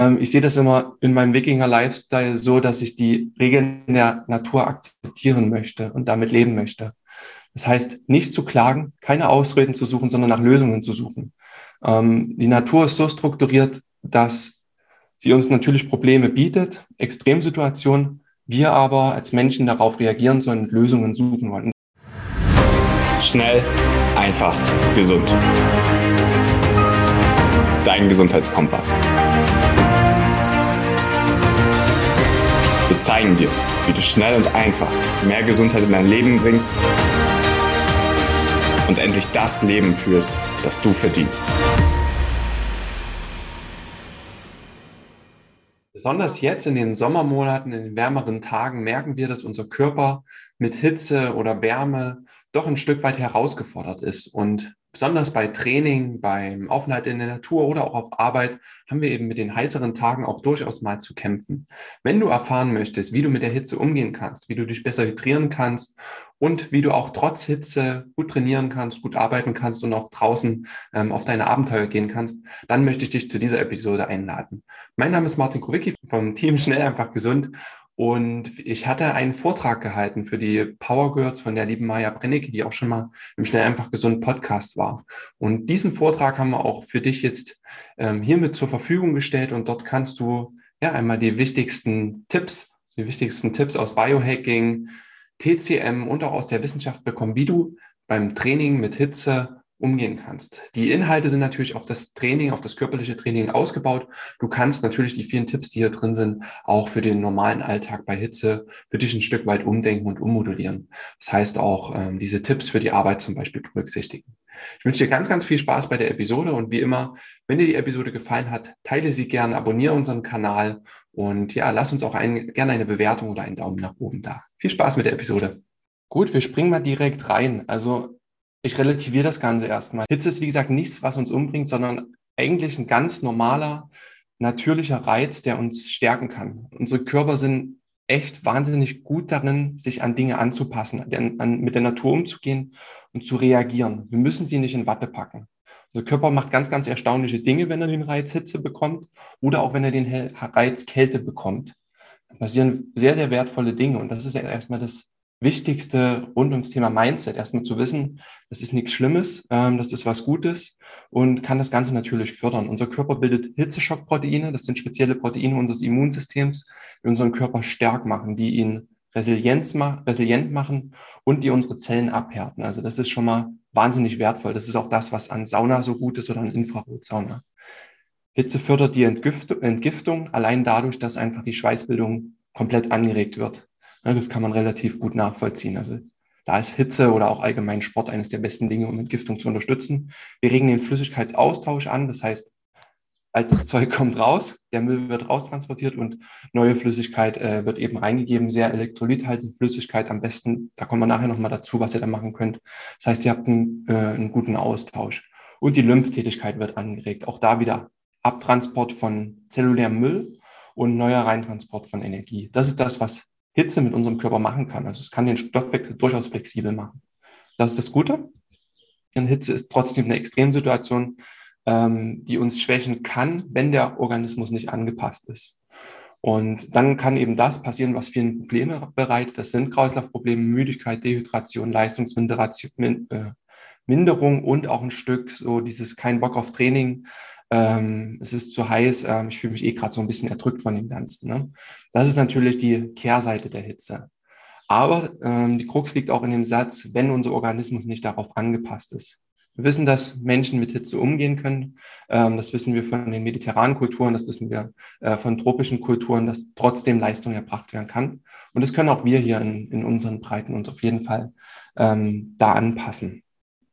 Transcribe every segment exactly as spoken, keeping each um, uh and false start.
Ähm, Ich sehe das immer in meinem Wikinger-Lifestyle so, dass ich die Regeln der Natur akzeptieren möchte und damit leben möchte. Das heißt, nicht zu klagen, keine Ausreden zu suchen, sondern nach Lösungen zu suchen. Ähm, die Natur ist so strukturiert, dass sie uns natürlich Probleme bietet, Extremsituationen, wir aber als Menschen darauf reagieren sollen und Lösungen suchen wollen. Schnell, einfach, gesund. Dein Gesundheitskompass. Wir zeigen dir, wie du schnell und einfach mehr Gesundheit in dein Leben bringst und endlich das Leben führst, das du verdienst. Besonders jetzt in den Sommermonaten, in den wärmeren Tagen merken wir, dass unser Körper mit Hitze oder Wärme doch ein Stück weit herausgefordert ist. Und besonders bei Training, beim Aufenthalt in der Natur oder auch auf Arbeit haben wir eben mit den heißeren Tagen auch durchaus mal zu kämpfen. Wenn du erfahren möchtest, wie du mit der Hitze umgehen kannst, wie du dich besser hydrieren kannst und wie du auch trotz Hitze gut trainieren kannst, gut arbeiten kannst und auch draußen ähm, auf deine Abenteuer gehen kannst, dann möchte ich dich zu dieser Episode einladen. Mein Name ist Martin Krowicki vom Team Schnell einfach gesund und ich hatte einen Vortrag gehalten für die Power Girls von der lieben Maja Brennecke, die auch schon mal im Schnell einfach gesund Podcast war. Und diesen Vortrag haben wir auch für dich jetzt ähm, hiermit zur Verfügung gestellt und dort kannst du ja einmal die wichtigsten Tipps, die wichtigsten Tipps aus Biohacking, T C M und auch aus der Wissenschaft bekommen, wie du beim Training mit Hitze umgehen kannst. Die Inhalte sind natürlich auf das Training, auf das körperliche Training ausgebaut. Du kannst natürlich die vielen Tipps, die hier drin sind, auch für den normalen Alltag bei Hitze für dich ein Stück weit umdenken und ummodulieren. Das heißt auch, ähm, diese Tipps für die Arbeit zum Beispiel berücksichtigen. Ich wünsche dir ganz, ganz viel Spaß bei der Episode und wie immer, wenn dir die Episode gefallen hat, teile sie gern, abonniere unseren Kanal und ja, lass uns auch ein, gerne eine Bewertung oder einen Daumen nach oben da. Viel Spaß mit der Episode. Gut, wir springen mal direkt rein. Also ich relativiere das Ganze erstmal. Hitze ist, wie gesagt, nichts, was uns umbringt, sondern eigentlich ein ganz normaler, natürlicher Reiz, der uns stärken kann. Unsere Körper sind echt wahnsinnig gut darin, sich an Dinge anzupassen, an, an, mit der Natur umzugehen und zu reagieren. Wir müssen sie nicht in Watte packen. Unser Körper macht ganz, ganz erstaunliche Dinge, wenn er den Reiz Hitze bekommt oder auch wenn er den Reiz Kälte bekommt. Da passieren sehr, sehr wertvolle Dinge und das ist ja erstmal das Wichtigste rund ums Thema Mindset, erstmal zu wissen, das ist nichts Schlimmes, ähm, das ist was Gutes und kann das Ganze natürlich fördern. Unser Körper bildet Hitzeschockproteine, das sind spezielle Proteine unseres Immunsystems, die unseren Körper stark machen, die ihn Resilienz ma- resilient machen und die unsere Zellen abhärten. Also das ist schon mal wahnsinnig wertvoll. Das ist auch das, was an Sauna so gut ist oder an Infrarotsauna. Hitze fördert die Entgift- Entgiftung allein dadurch, dass einfach die Schweißbildung komplett angeregt wird. Ja, das kann man relativ gut nachvollziehen. Also da ist Hitze oder auch allgemein Sport eines der besten Dinge, um Entgiftung zu unterstützen. Wir regen den Flüssigkeitsaustausch an. Das heißt, altes Zeug kommt raus, der Müll wird raustransportiert und neue Flüssigkeit äh, wird eben reingegeben. Sehr elektrolythaltige Flüssigkeit am besten. Da kommen wir nachher nochmal dazu, was ihr da machen könnt. Das heißt, ihr habt einen, äh, einen guten Austausch. Und die Lympftätigkeit wird angeregt. Auch da wieder Abtransport von zellulärem Müll und neuer Reintransport von Energie. Das ist das, was Hitze mit unserem Körper machen kann. Also es kann den Stoffwechsel durchaus flexibel machen. Das ist das Gute. Denn Hitze ist trotzdem eine Extremsituation, ähm, die uns schwächen kann, wenn der Organismus nicht angepasst ist. Und dann kann eben das passieren, was vielen Probleme bereitet. Das sind Kreislaufprobleme, Müdigkeit, Dehydration, Leistungsminderung äh, Minderung und auch ein Stück so dieses kein Bock auf Training. Ähm, es ist zu heiß, ähm, ich fühle mich eh gerade so ein bisschen erdrückt von dem Ganzen. Ne? Das ist natürlich die Kehrseite der Hitze. Aber ähm, die Krux liegt auch in dem Satz, wenn unser Organismus nicht darauf angepasst ist. Wir wissen, dass Menschen mit Hitze umgehen können. Ähm, das wissen wir von den mediterranen Kulturen, das wissen wir äh, von tropischen Kulturen, dass trotzdem Leistung erbracht werden kann. Und das können auch wir hier in, in unseren Breiten uns auf jeden Fall ähm, da anpassen.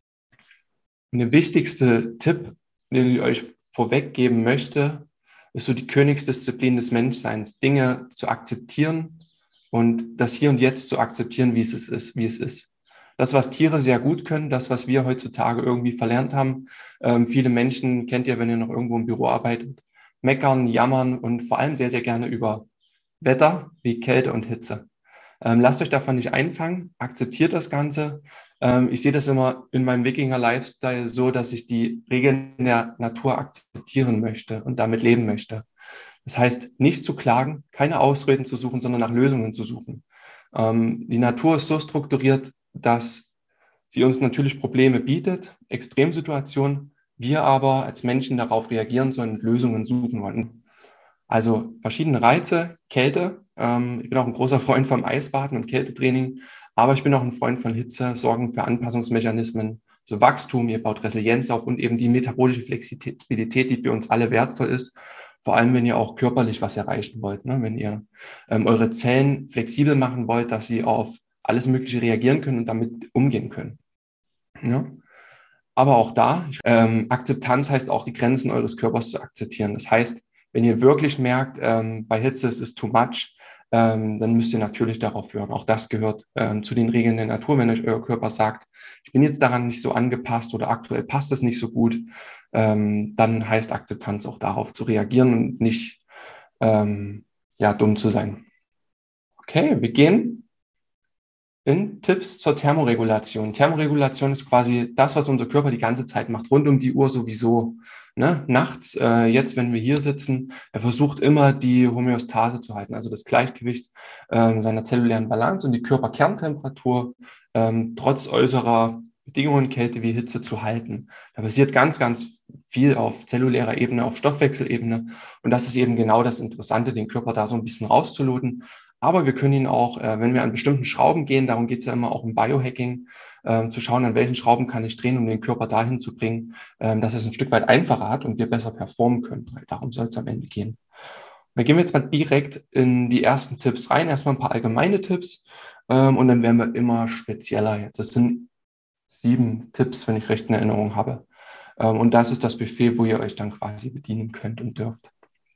Und der wichtigste Tipp, den ich euch vorweggeben möchte, ist so die Königsdisziplin des Menschseins, Dinge zu akzeptieren und das Hier und Jetzt zu akzeptieren, wie es ist, wie es ist. Das, was Tiere sehr gut können, das, was wir heutzutage irgendwie verlernt haben. Ähm, viele Menschen, kennt ihr, wenn ihr noch irgendwo im Büro arbeitet, meckern, jammern und vor allem sehr, sehr gerne über Wetter wie Kälte und Hitze. Ähm, lasst euch davon nicht einfangen, akzeptiert das Ganze. Ähm, ich sehe das immer in meinem Wikinger-Lifestyle so, dass ich die Regeln der Natur akzeptieren möchte und damit leben möchte. Das heißt, nicht zu klagen, keine Ausreden zu suchen, sondern nach Lösungen zu suchen. Ähm, die Natur ist so strukturiert, dass sie uns natürlich Probleme bietet, Extremsituationen, wir aber als Menschen darauf reagieren sollen und Lösungen suchen wollen. Also verschiedene Reize, Kälte. Ähm, ich bin auch ein großer Freund vom Eisbaden und Kältetraining, aber ich bin auch ein Freund von Hitze, Sorgen für Anpassungsmechanismen, so Wachstum, ihr baut Resilienz auf und eben die metabolische Flexibilität, die für uns alle wertvoll ist. Vor allem, wenn ihr auch körperlich was erreichen wollt, ne? Wenn ihr ähm, eure Zellen flexibel machen wollt, dass sie auf alles Mögliche reagieren können und damit umgehen können. Ja? Aber auch da, ähm, Akzeptanz heißt auch, die Grenzen eures Körpers zu akzeptieren. Das heißt, wenn ihr wirklich merkt, ähm, bei Hitze es ist too much, ähm, dann müsst ihr natürlich darauf hören. Auch das gehört ähm, zu den Regeln der Natur. Wenn euch euer Körper sagt, ich bin jetzt daran nicht so angepasst oder aktuell passt es nicht so gut, ähm, dann heißt Akzeptanz auch darauf zu reagieren und nicht ähm, ja, dumm zu sein. Okay, wir gehen in Tipps zur Thermoregulation. Thermoregulation ist quasi das, was unser Körper die ganze Zeit macht, rund um die Uhr sowieso. Ne? Nachts, äh, jetzt, wenn wir hier sitzen, er versucht immer die Homöostase zu halten, also das Gleichgewicht äh, seiner zellulären Balance und die Körperkerntemperatur ähm, trotz äußerer Bedingungen, Kälte wie Hitze zu halten. Da passiert ganz, ganz viel auf zellulärer Ebene, auf Stoffwechselebene. Und das ist eben genau das Interessante, den Körper da so ein bisschen rauszuloten. Aber wir können ihn auch, äh, wenn wir an bestimmten Schrauben gehen, darum geht es ja immer auch im Biohacking, äh, zu schauen, an welchen Schrauben kann ich drehen, um den Körper dahin zu bringen, äh, dass er es ein Stück weit einfacher hat und wir besser performen können. Weil darum soll es am Ende gehen. Dann gehen wir jetzt mal direkt in die ersten Tipps rein. Erstmal ein paar allgemeine Tipps ähm, und dann werden wir immer spezieller jetzt. Das sind sieben Tipps, wenn ich recht in Erinnerung habe. Ähm, und das ist das Buffet, wo ihr euch dann quasi bedienen könnt und dürft.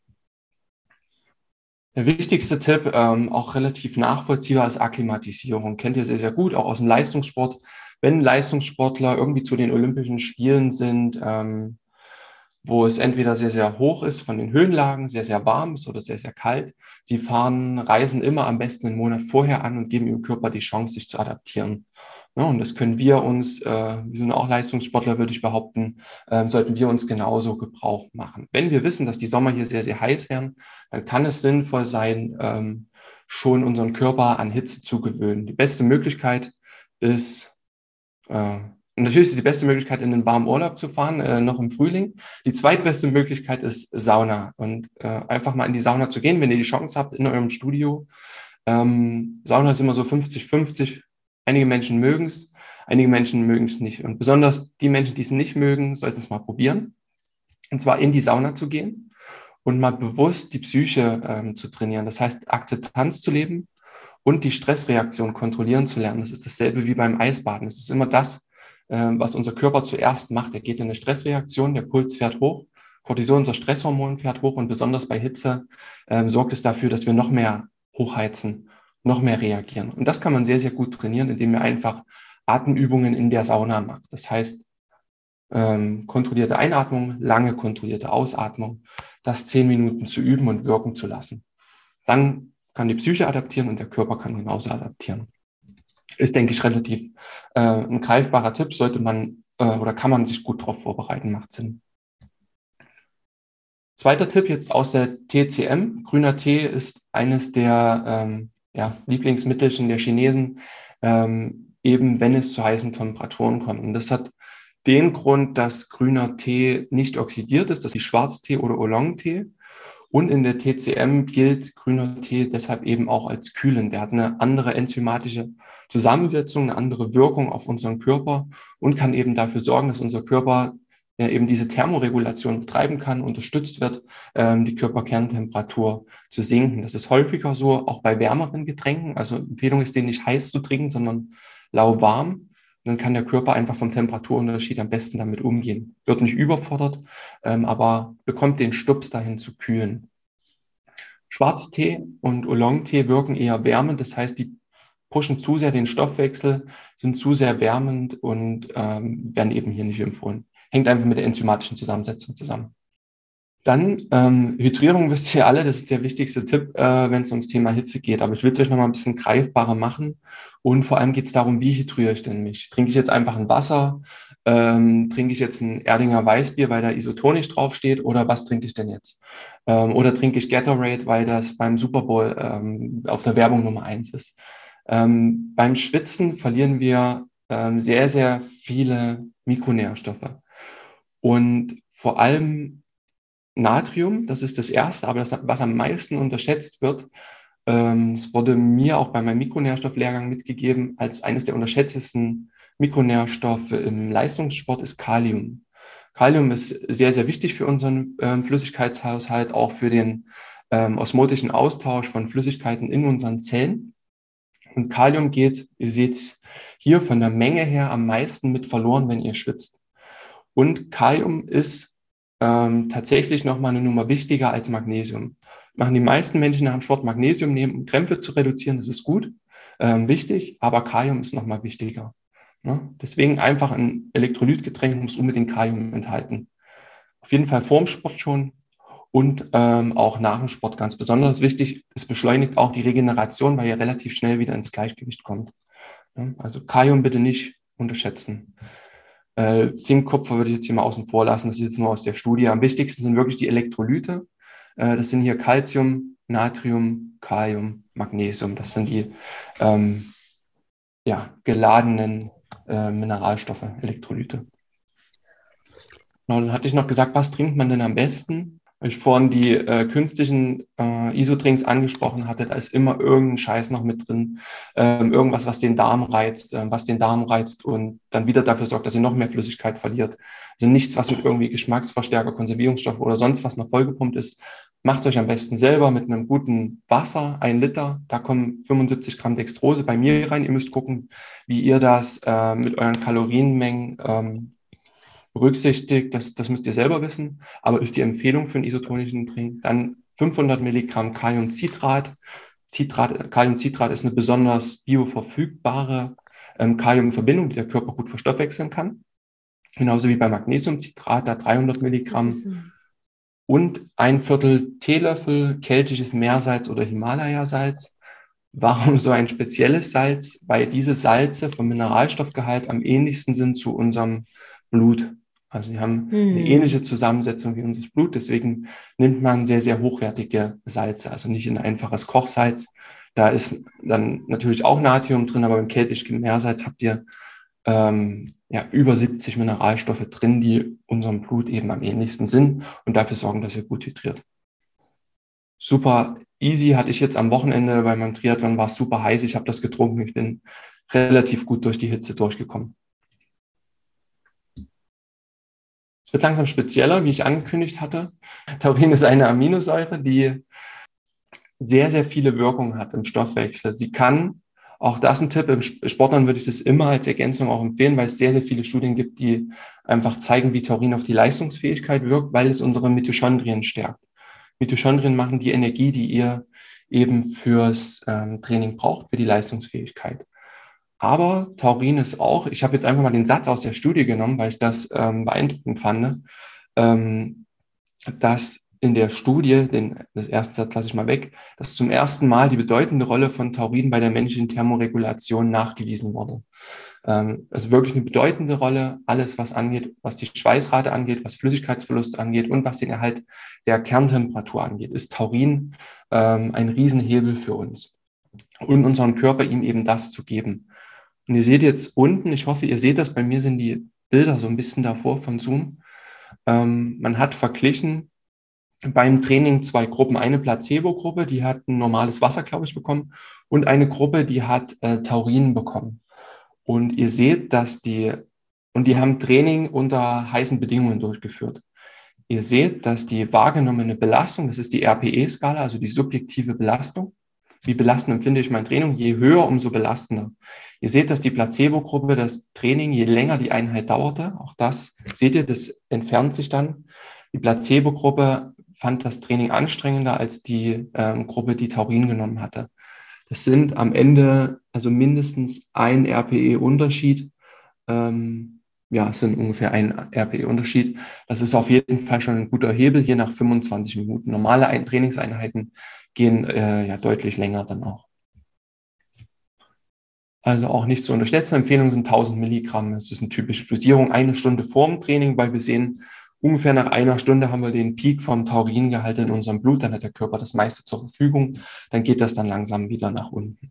Der wichtigste Tipp, ähm, auch relativ nachvollziehbar, ist Akklimatisierung. Kennt ihr sehr, sehr gut, auch aus dem Leistungssport. Wenn Leistungssportler irgendwie zu den Olympischen Spielen sind, ähm, wo es entweder sehr, sehr hoch ist von den Höhenlagen, sehr, sehr warm ist oder sehr, sehr kalt, sie fahren, reisen immer am besten einen Monat vorher an und geben ihrem Körper die Chance, sich zu adaptieren. Ja, und das können wir uns, äh, wir sind auch Leistungssportler, würde ich behaupten, äh, sollten wir uns genauso Gebrauch machen. Wenn wir wissen, dass die Sommer hier sehr, sehr heiß werden, dann kann es sinnvoll sein, ähm, schon unseren Körper an Hitze zu gewöhnen. Die beste Möglichkeit ist, äh, natürlich ist die beste Möglichkeit, in einen warmen Urlaub zu fahren, äh, noch im Frühling. Die zweitbeste Möglichkeit ist Sauna und äh, einfach mal in die Sauna zu gehen, wenn ihr die Chance habt, in eurem Studio. Ähm, Sauna ist immer so fünfzig fünfzig. Einige Menschen mögen es, einige Menschen mögen es nicht. Und besonders die Menschen, die es nicht mögen, sollten es mal probieren. Und zwar in die Sauna zu gehen und mal bewusst die Psyche ähm, zu trainieren. Das heißt, Akzeptanz zu leben und die Stressreaktion kontrollieren zu lernen. Das ist dasselbe wie beim Eisbaden. Es ist immer das, ähm, was unser Körper zuerst macht. Er geht in eine Stressreaktion, der Puls fährt hoch, Cortisol, unser Stresshormon, fährt hoch und besonders bei Hitze ähm, sorgt es dafür, dass wir noch mehr hochheizen, noch mehr reagieren. Und das kann man sehr, sehr gut trainieren, indem ihr einfach Atemübungen in der Sauna macht. Das heißt, ähm, kontrollierte Einatmung, lange kontrollierte Ausatmung, das zehn Minuten zu üben und wirken zu lassen. Dann kann die Psyche adaptieren und der Körper kann genauso adaptieren. Ist, denke ich, relativ äh, ein greifbarer Tipp, sollte man äh, oder kann man sich gut darauf vorbereiten, macht Sinn. Zweiter Tipp jetzt aus der T C M. Grüner Tee ist eines der ähm, ja, Lieblingsmittelchen der Chinesen, ähm, eben wenn es zu heißen Temperaturen kommt. Und das hat den Grund, dass grüner Tee nicht oxidiert ist, das ist Schwarztee oder Oolong-Tee. Und in der T C M gilt grüner Tee deshalb eben auch als kühlend. Der hat eine andere enzymatische Zusammensetzung, eine andere Wirkung auf unseren Körper und kann eben dafür sorgen, dass unser Körper ja, eben diese Thermoregulation betreiben kann, unterstützt wird, ähm, die Körperkerntemperatur zu sinken. Das ist häufiger so, auch bei wärmeren Getränken. Also Empfehlung ist, den nicht heiß zu trinken, sondern lauwarm. Dann kann der Körper einfach vom Temperaturunterschied am besten damit umgehen. Wird nicht überfordert, ähm, aber bekommt den Stups dahin zu kühlen. Schwarztee und Oolong-Tee wirken eher wärmend, das heißt, die pushen zu sehr den Stoffwechsel, sind zu sehr wärmend und ähm, werden eben hier nicht empfohlen. Hängt einfach mit der enzymatischen Zusammensetzung zusammen. Dann ähm, Hydrierung wisst ihr alle, das ist der wichtigste Tipp, äh, wenn es ums Thema Hitze geht. Aber ich will es euch noch mal ein bisschen greifbarer machen. Und vor allem geht es darum, wie hydriere ich denn mich? Trinke ich jetzt einfach ein Wasser? Ähm, trinke ich jetzt ein Erdinger Weißbier, weil da isotonisch draufsteht, oder was trinke ich denn jetzt? Ähm, oder trinke ich Gatorade, weil das beim Super Bowl ähm, auf der Werbung Nummer eins ist? Ähm, beim Schwitzen verlieren wir ähm, sehr, sehr viele Mikronährstoffe. Und vor allem Natrium, das ist das Erste, aber das, was am meisten unterschätzt wird, ähm, es wurde mir auch bei meinem Mikronährstofflehrgang mitgegeben, als eines der unterschätztesten Mikronährstoffe im Leistungssport ist Kalium. Kalium ist sehr, sehr wichtig für unseren ähm, Flüssigkeitshaushalt, auch für den ähm, osmotischen Austausch von Flüssigkeiten in unseren Zellen. Und Kalium geht, ihr seht es hier von der Menge her am meisten mit verloren, wenn ihr schwitzt. Und Kalium ist ähm, tatsächlich nochmal eine Nummer wichtiger als Magnesium. Machen die meisten Menschen nach dem Sport Magnesium nehmen, um Krämpfe zu reduzieren. Das ist gut, ähm, wichtig, aber Kalium ist nochmal wichtiger. Ne? Deswegen einfach ein Elektrolytgetränk muss unbedingt Kalium enthalten. Auf jeden Fall vorm Sport schon und ähm, auch nach dem Sport ganz besonders wichtig. Es beschleunigt auch die Regeneration, weil ihr relativ schnell wieder ins Gleichgewicht kommt. Ne? Also Kalium bitte nicht unterschätzen. Äh, Zink, Kupfer würde ich jetzt hier mal außen vor lassen. Das ist jetzt nur aus der Studie. Am wichtigsten sind wirklich die Elektrolyte. Äh, das sind hier Calcium, Natrium, Kalium, Magnesium. Das sind die ähm, ja, geladenen äh, Mineralstoffe, Elektrolyte. Genau, dann hatte ich noch gesagt, was trinkt man denn am besten? Weil ich vorhin die äh, künstlichen äh, Isotrinks angesprochen hatte, da ist immer irgendein Scheiß noch mit drin. Ähm, irgendwas, was den Darm reizt, äh, was den Darm reizt und dann wieder dafür sorgt, dass ihr noch mehr Flüssigkeit verliert. Also nichts, was mit irgendwie Geschmacksverstärker, Konservierungsstoff oder sonst was noch vollgepumpt ist. Macht euch am besten selber mit einem guten Wasser, ein Liter. Da kommen fünfundsiebzig Gramm Dextrose bei mir rein. Ihr müsst gucken, wie ihr das äh, mit euren Kalorienmengen ähm, berücksichtigt, das, das müsst ihr selber wissen, aber ist die Empfehlung für einen isotonischen Trink. Dann fünfhundert Milligramm Kaliumcitrat. Citrat, Kaliumcitrat ist eine besonders bioverfügbare ähm, Kaliumverbindung, die der Körper gut verstoffwechseln kann. Genauso wie bei Magnesiumcitrat, da dreihundert Milligramm. Und ein Viertel Teelöffel keltisches Meersalz oder Himalaya-Salz. Warum so ein spezielles Salz? Weil diese Salze vom Mineralstoffgehalt am ähnlichsten sind zu unserem Blut. Also sie haben hm. eine ähnliche Zusammensetzung wie unser Blut. Deswegen nimmt man sehr, sehr hochwertige Salze. Also nicht ein einfaches Kochsalz. Da ist dann natürlich auch Natrium drin, aber beim keltischen Meersalz habt ihr ähm, ja, über siebzig Mineralstoffe drin, die unserem Blut eben am ähnlichsten sind und dafür sorgen, dass ihr gut hydriert. Super easy hatte ich jetzt am Wochenende bei meinem Triathlon, war es super heiß. Ich habe das getrunken. Ich bin relativ gut durch die Hitze durchgekommen. Es wird langsam spezieller, wie ich angekündigt hatte. Taurin ist eine Aminosäure, die sehr, sehr viele Wirkungen hat im Stoffwechsel. Sie kann, auch das ein Tipp, im Sportlern würde ich das immer als Ergänzung auch empfehlen, weil es sehr, sehr viele Studien gibt, die einfach zeigen, wie Taurin auf die Leistungsfähigkeit wirkt, weil es unsere Mitochondrien stärkt. Mitochondrien machen die Energie, die ihr eben fürs ähm, Training braucht, für die Leistungsfähigkeit. Aber Taurin ist auch, ich habe jetzt einfach mal den Satz aus der Studie genommen, weil ich das ähm, beeindruckend fand, ähm, dass in der Studie, den, das erste Satz lasse ich mal weg, dass zum ersten Mal die bedeutende Rolle von Taurin bei der menschlichen Thermoregulation nachgewiesen wurde. Ähm, also wirklich eine bedeutende Rolle, alles was angeht, was die Schweißrate angeht, was Flüssigkeitsverlust angeht und was den Erhalt der Kerntemperatur angeht, ist Taurin ähm, ein Riesenhebel für uns und unseren Körper ihm eben das zu geben. Und ihr seht jetzt unten, ich hoffe, ihr seht das, bei mir sind die Bilder so ein bisschen davor von Zoom. Ähm, man hat verglichen beim Training zwei Gruppen. Eine Placebo-Gruppe, die hat ein normales Wasser, glaube ich, bekommen und eine Gruppe, die hat äh, Taurin bekommen. Und ihr seht, dass die, und die haben Training unter heißen Bedingungen durchgeführt. Ihr seht, dass die wahrgenommene Belastung, das ist die R P E-Skala, also die subjektive Belastung, wie belastend empfinde ich mein Training, je höher, umso belastender. Ihr seht, dass die Placebo-Gruppe das Training, je länger die Einheit dauerte, auch das seht ihr, das entfernt sich dann. Die Placebo-Gruppe fand das Training anstrengender als die ähm, Gruppe, die Taurin genommen hatte. Das sind am Ende also mindestens ein R P E-Unterschied. Ähm, ja, es sind ungefähr ein R P E-Unterschied. Das ist auf jeden Fall schon ein guter Hebel, hier nach fünfundzwanzig Minuten. Normale Ein- Trainingseinheiten gehen äh, ja deutlich länger dann auch. Also auch nicht zu unterschätzen. Empfehlung sind tausend Milligramm. Das ist eine typische Dosierung, eine Stunde vorm Training, weil wir sehen, ungefähr nach einer Stunde haben wir den Peak vom Tauringehalt in unserem Blut. Dann hat der Körper das meiste zur Verfügung. Dann geht das dann langsam wieder nach unten.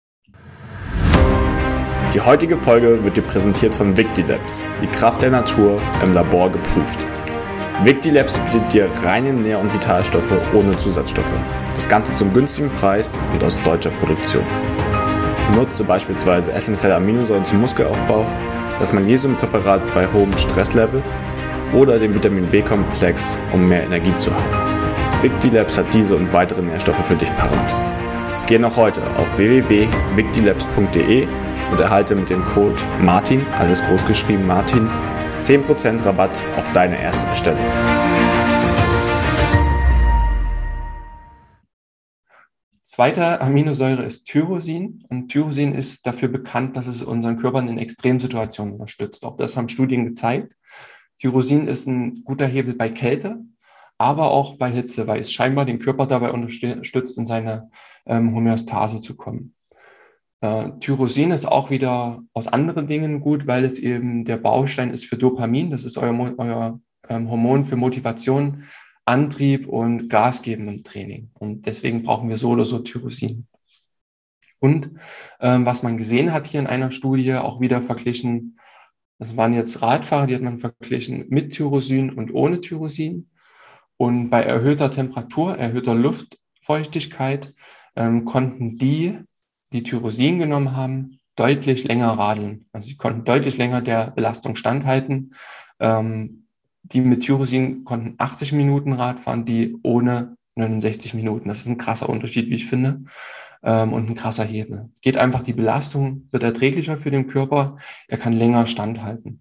Die heutige Folge wird dir präsentiert von Victilabs, die Kraft der Natur im Labor geprüft. Victilabs bietet dir reine Nähr- und Vitalstoffe ohne Zusatzstoffe. Das Ganze zum günstigen Preis und aus deutscher Produktion. Nutze beispielsweise essentielle Aminosäuren zum Muskelaufbau, das Magnesiumpräparat bei hohem Stresslevel oder den Vitamin B-Komplex, um mehr Energie zu haben. Victilabs hat diese und weitere Nährstoffe für dich parat. Geh noch heute auf w w w punkt victilabs punkt d e und erhalte mit dem Code Martin, alles groß geschrieben Martin, zehn Prozent Rabatt auf deine erste Bestellung. Zweite Aminosäure ist Tyrosin. Und Tyrosin ist dafür bekannt, dass es unseren Körper in Extremsituationen unterstützt. Auch das haben Studien gezeigt. Tyrosin ist ein guter Hebel bei Kälte, aber auch bei Hitze, weil es scheinbar den Körper dabei unterstützt, in seine ähm, Homöostase zu kommen. Äh, Tyrosin ist auch wieder aus anderen Dingen gut, weil es eben der Baustein ist für Dopamin. Das ist euer, euer ähm, Hormon für Motivation, Antrieb und Gas geben im Training. Und deswegen brauchen wir so oder so Tyrosin. Und ähm, was man gesehen hat hier in einer Studie, auch wieder verglichen, das waren jetzt Radfahrer, die hat man verglichen mit Tyrosin und ohne Tyrosin. Und bei erhöhter Temperatur, erhöhter Luftfeuchtigkeit ähm, konnten die, die Tyrosin genommen haben, deutlich länger radeln. Also sie konnten deutlich länger der Belastung standhalten. Ähm, Die mit Tyrosin konnten achtzig Minuten Rad fahren, die ohne neunundsechzig Minuten. Das ist ein krasser Unterschied, wie ich finde, ähm, und ein krasser Hebel. Es geht einfach, die Belastung wird erträglicher für den Körper. Er kann länger standhalten.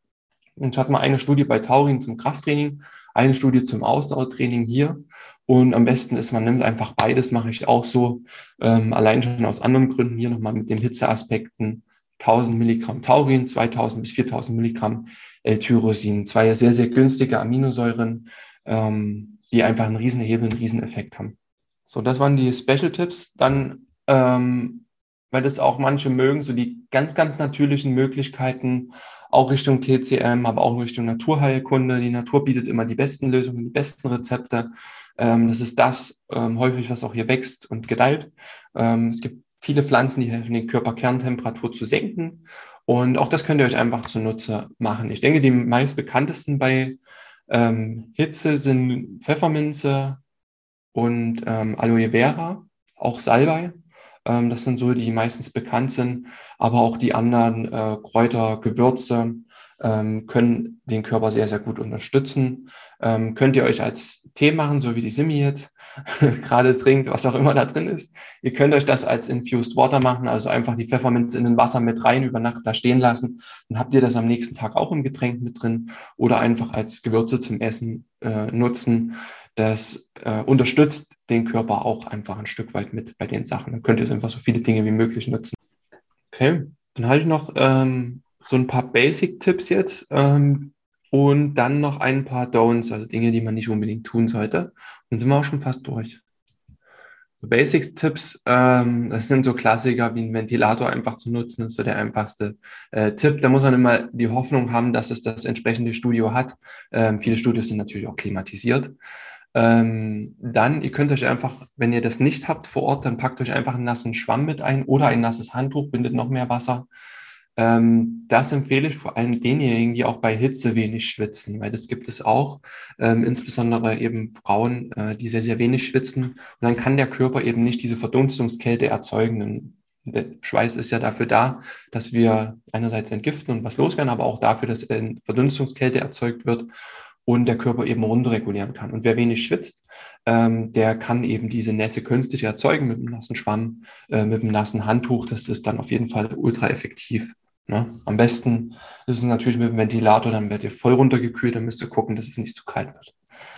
Und ich hatte mal eine Studie bei Taurin zum Krafttraining, eine Studie zum Ausdauertraining hier. Und am besten ist, man nimmt einfach beides, mache ich auch so, ähm, allein schon aus anderen Gründen, hier nochmal mit den Hitzeaspekten. tausend Milligramm Taurin, zweitausend bis viertausend Milligramm L-Tyrosin. Zwei sehr, sehr günstige Aminosäuren, ähm, die einfach einen riesen Hebel, einen riesen Effekt haben. So, das waren die Special-Tipps. Dann, ähm, weil das auch manche mögen, so die ganz, ganz natürlichen Möglichkeiten, auch Richtung T C M, aber auch Richtung Naturheilkunde. Die Natur bietet immer die besten Lösungen, die besten Rezepte. Ähm, das ist das ähm, häufig, was auch hier wächst und gedeiht. Ähm, es gibt viele Pflanzen, die helfen, die Körperkerntemperatur zu senken. Und auch das könnt ihr euch einfach zunutze machen. Ich denke, die meist bekanntesten bei ähm, Hitze sind Pfefferminze und ähm, Aloe Vera, auch Salbei. Ähm, das sind so die meistens bekannt sind. Aber auch die anderen äh, Kräuter, Gewürze ähm, können den Körper sehr, sehr gut unterstützen. Ähm, könnt ihr euch als Tee machen, so wie die Simi jetzt gerade trinkt, was auch immer da drin ist. Ihr könnt euch das als Infused Water machen, also einfach die Pfefferminze in den Wasser mit rein, über Nacht da stehen lassen. Dann habt ihr das am nächsten Tag auch im Getränk mit drin oder einfach als Gewürze zum Essen äh, nutzen. Das äh, unterstützt den Körper auch einfach ein Stück weit mit bei den Sachen. Dann könnt ihr einfach so viele Dinge wie möglich nutzen. Okay, dann habe ich noch ähm, so ein paar Basic-Tipps jetzt ähm, und dann noch ein paar Don'ts, also Dinge, die man nicht unbedingt tun sollte. Dann sind wir auch schon fast durch. So Basic-Tipps, ähm, das sind so Klassiker wie ein Ventilator einfach zu nutzen, das ist so der einfachste äh, Tipp. Da muss man immer die Hoffnung haben, dass es das entsprechende Studio hat. Ähm, viele Studios sind natürlich auch klimatisiert. Ähm, dann, ihr könnt euch einfach, wenn ihr das nicht habt vor Ort, dann packt euch einfach einen nassen Schwamm mit ein oder ein nasses Handtuch, bindet noch mehr Wasser. Ähm, das empfehle ich vor allem denjenigen, die auch bei Hitze wenig schwitzen, weil das gibt es auch, ähm, insbesondere eben Frauen, äh, die sehr, sehr wenig schwitzen. Und dann kann der Körper eben nicht diese Verdunstungskälte erzeugen. Und der Schweiß ist ja dafür da, dass wir einerseits entgiften und was loswerden, aber auch dafür, dass Verdunstungskälte erzeugt wird und der Körper eben runterregulieren kann. Und wer wenig schwitzt, ähm, der kann eben diese Nässe künstlich erzeugen mit einem nassen Schwamm, äh, mit einem nassen Handtuch. Das ist dann auf jeden Fall ultra effektiv. Ne? Am besten ist es natürlich mit dem Ventilator, dann werdet ihr voll runtergekühlt, dann müsst ihr gucken, dass es nicht zu kalt wird.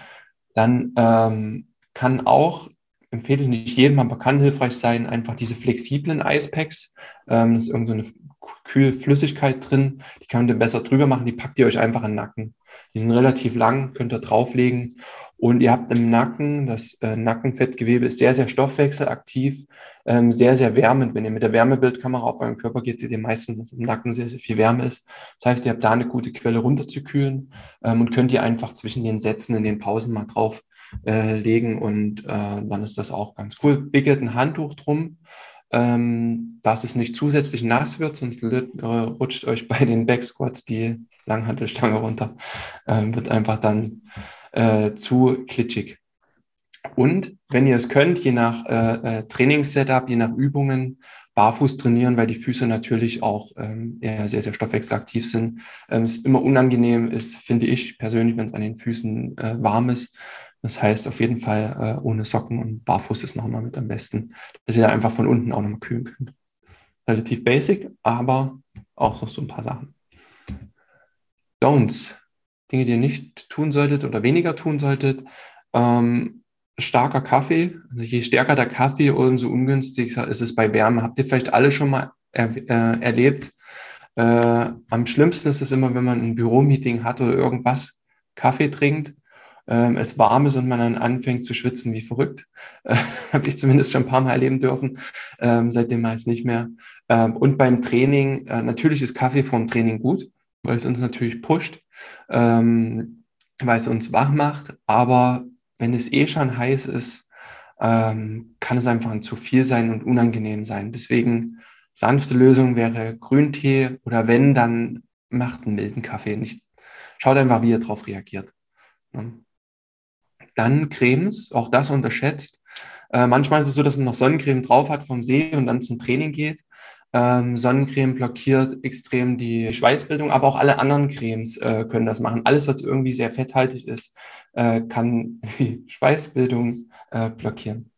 Dann ähm, kann auch, empfehle ich nicht jedem, aber kann hilfreich sein, einfach diese flexiblen Eispacks. Ähm, da ist irgend so eine Kühlflüssigkeit drin, die kann man dann besser drüber machen, die packt ihr euch einfach in den Nacken. Die sind relativ lang, könnt ihr drauflegen. Und ihr habt im Nacken, das äh, Nackenfettgewebe ist sehr, sehr stoffwechselaktiv, ähm, sehr, sehr wärmend. Wenn ihr mit der Wärmebildkamera auf euren Körper geht, seht ihr meistens, dass im Nacken sehr, sehr viel Wärme ist. Das heißt, ihr habt da eine gute Quelle runterzukühlen ähm, und könnt ihr einfach zwischen den Sätzen in den Pausen mal drauf äh, legen und äh, dann ist das auch ganz cool. Wickelt ein Handtuch drum, ähm, dass es nicht zusätzlich nass wird, sonst äh, rutscht euch bei den Backsquats die Langhantelstange runter. Ähm, wird einfach dann Äh, zu klitschig. Und wenn ihr es könnt, je nach äh, äh, Trainingssetup, je nach Übungen, barfuß trainieren, weil die Füße natürlich auch ähm, eher sehr, sehr stoffwechselaktiv sind. Ähm, es ist immer unangenehm ist, finde ich persönlich, wenn es an den Füßen äh, warm ist. Das heißt auf jeden Fall äh, ohne Socken und barfuß ist nochmal mit am besten, dass ihr da einfach von unten auch nochmal kühlen könnt. Relativ basic, aber auch noch so ein paar Sachen. Don'ts. Dinge, die ihr nicht tun solltet oder weniger tun solltet. Ähm, starker Kaffee. Also je stärker der Kaffee, umso ungünstiger ist es bei Wärme. Habt ihr vielleicht alle schon mal er, äh, erlebt. Äh, am schlimmsten ist es immer, wenn man ein Büromeeting hat oder irgendwas, Kaffee trinkt, ähm, es warm ist und man dann anfängt zu schwitzen wie verrückt. Äh, Habe ich zumindest schon ein paar Mal erleben dürfen. Ähm, seitdem meist nicht mehr. Ähm, und beim Training, äh, natürlich ist Kaffee vor dem Training gut, weil es uns natürlich pusht, ähm, weil es uns wach macht. Aber wenn es eh schon heiß ist, ähm, kann es einfach zu viel sein und unangenehm sein. Deswegen sanfte Lösung wäre Grüntee oder wenn, dann macht einen milden Kaffee. Nicht, schaut einfach, wie ihr darauf reagiert. Dann Cremes, auch das unterschätzt. Äh, manchmal ist es so, dass man noch Sonnencreme drauf hat vom See und dann zum Training geht. Ähm, Sonnencreme blockiert extrem die Schweißbildung, aber auch alle anderen Cremes äh, können das machen. Alles, was irgendwie sehr fetthaltig ist, äh, kann die Schweißbildung äh, blockieren.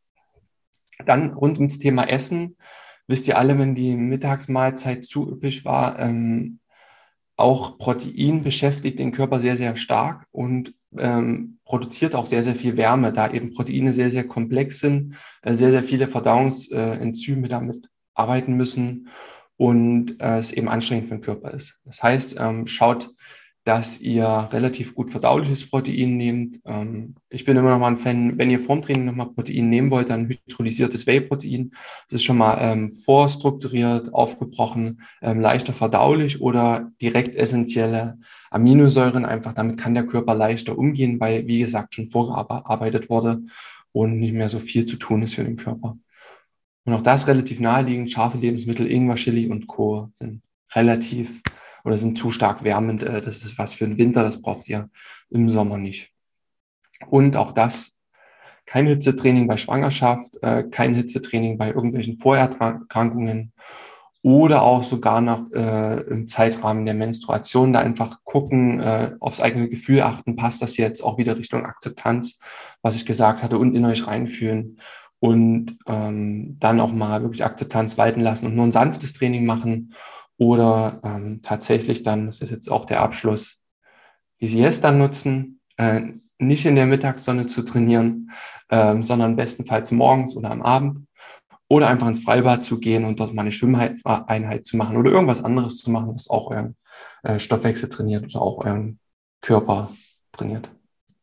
Dann rund ums Thema Essen. Wisst ihr alle, wenn die Mittagsmahlzeit zu üppig war, ähm, auch Protein beschäftigt den Körper sehr, sehr stark und ähm, produziert auch sehr, sehr viel Wärme, da eben Proteine sehr, sehr komplex sind, äh, sehr, sehr viele Verdauungsenzyme damit arbeiten müssen und äh, es eben anstrengend für den Körper ist. Das heißt, ähm, schaut, dass ihr relativ gut verdauliches Protein nehmt. Ähm, ich bin immer noch mal ein Fan, wenn ihr vorm Training noch mal Protein nehmen wollt, dann hydrolysiertes Whey-Protein. Das ist schon mal ähm, vorstrukturiert, aufgebrochen, ähm, leichter verdaulich oder direkt essentielle Aminosäuren. Einfach damit kann der Körper leichter umgehen, weil, wie gesagt, schon vorgearbeitet wurde und nicht mehr so viel zu tun ist für den Körper. Und auch das relativ naheliegend. Scharfe Lebensmittel, Ingwer, Chili und Co. sind relativ oder sind zu stark wärmend. Das ist was für den Winter, das braucht ihr im Sommer nicht. Und auch das, kein Hitzetraining bei Schwangerschaft, kein Hitzetraining bei irgendwelchen Vorerkrankungen oder auch sogar noch äh, im Zeitrahmen der Menstruation. Da einfach gucken, äh, aufs eigene Gefühl achten, passt das jetzt auch wieder Richtung Akzeptanz, was ich gesagt hatte, und in euch reinfühlen. Und ähm, dann auch mal wirklich Akzeptanz walten lassen und nur ein sanftes Training machen oder ähm, tatsächlich dann, das ist jetzt auch der Abschluss, die Siesta nutzen, äh, nicht in der Mittagssonne zu trainieren, ähm, sondern bestenfalls morgens oder am Abend oder einfach ins Freibad zu gehen und dort mal eine Schwimmeinheit zu machen oder irgendwas anderes zu machen, was auch euren äh, Stoffwechsel trainiert oder auch euren Körper trainiert.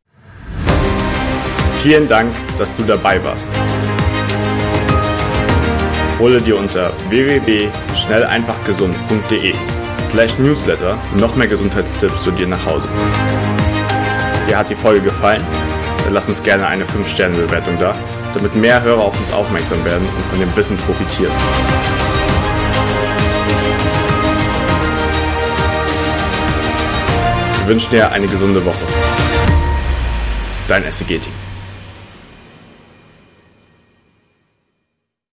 Vielen Dank, dass du dabei warst. Hole dir unter w w w punkt schnell einfach gesund punkt de slash newsletter noch mehr Gesundheitstipps zu dir nach Hause. Dir hat die Folge gefallen? Dann lass uns gerne eine fünf Sterne Bewertung da, damit mehr Hörer auf uns aufmerksam werden und von dem Wissen profitieren. Wir wünschen dir eine gesunde Woche. Dein S C G-Team.